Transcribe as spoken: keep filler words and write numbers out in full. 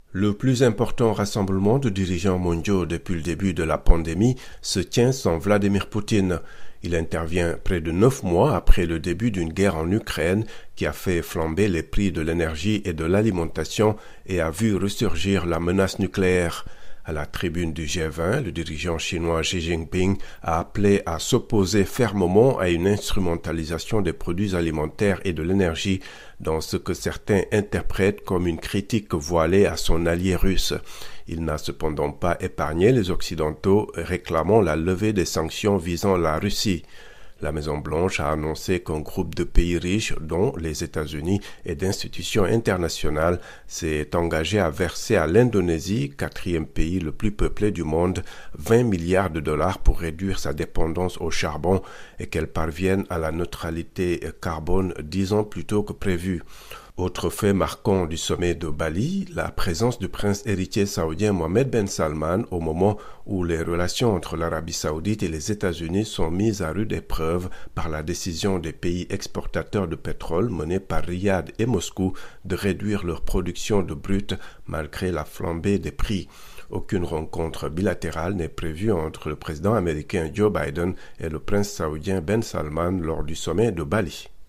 Le plus important rassemblement de dirigeants mondiaux depuis le début de la pandémie se tient sans Vladimir Poutine. Il intervient près de neuf mois après le début d'une guerre en Ukraine qui a fait flamber les prix de l'énergie et de l'alimentation et a vu ressurgir la menace nucléaire. À la tribune du G vingt, le dirigeant chinois Xi Jinping a appelé à s'opposer fermement à une instrumentalisation des produits alimentaires et de l'énergie dans ce que certains interprètent comme une critique voilée à son allié russe. Il n'a cependant pas épargné les Occidentaux réclamant la levée des sanctions visant la Russie. La Maison-Blanche a annoncé qu'un groupe de pays riches, dont les États-Unis et d'institutions internationales, s'est engagé à verser à l'Indonésie, quatrième pays le plus peuplé du monde, vingt milliards de dollars pour réduire sa dépendance au charbon et qu'elle parvienne à la neutralité carbone dix ans plus tôt que prévu. Autre fait marquant du sommet de Bali, la présence du prince héritier saoudien Mohammed Ben Salman au moment où les relations entre l'Arabie saoudite et les États-Unis sont mises à rude épreuve par la décision des pays exportateurs de pétrole menée par Riyad et Moscou de réduire leur production de brut malgré la flambée des prix. Aucune rencontre bilatérale n'est prévue entre le président américain Joe Biden et le prince saoudien Ben Salman lors du sommet de Bali.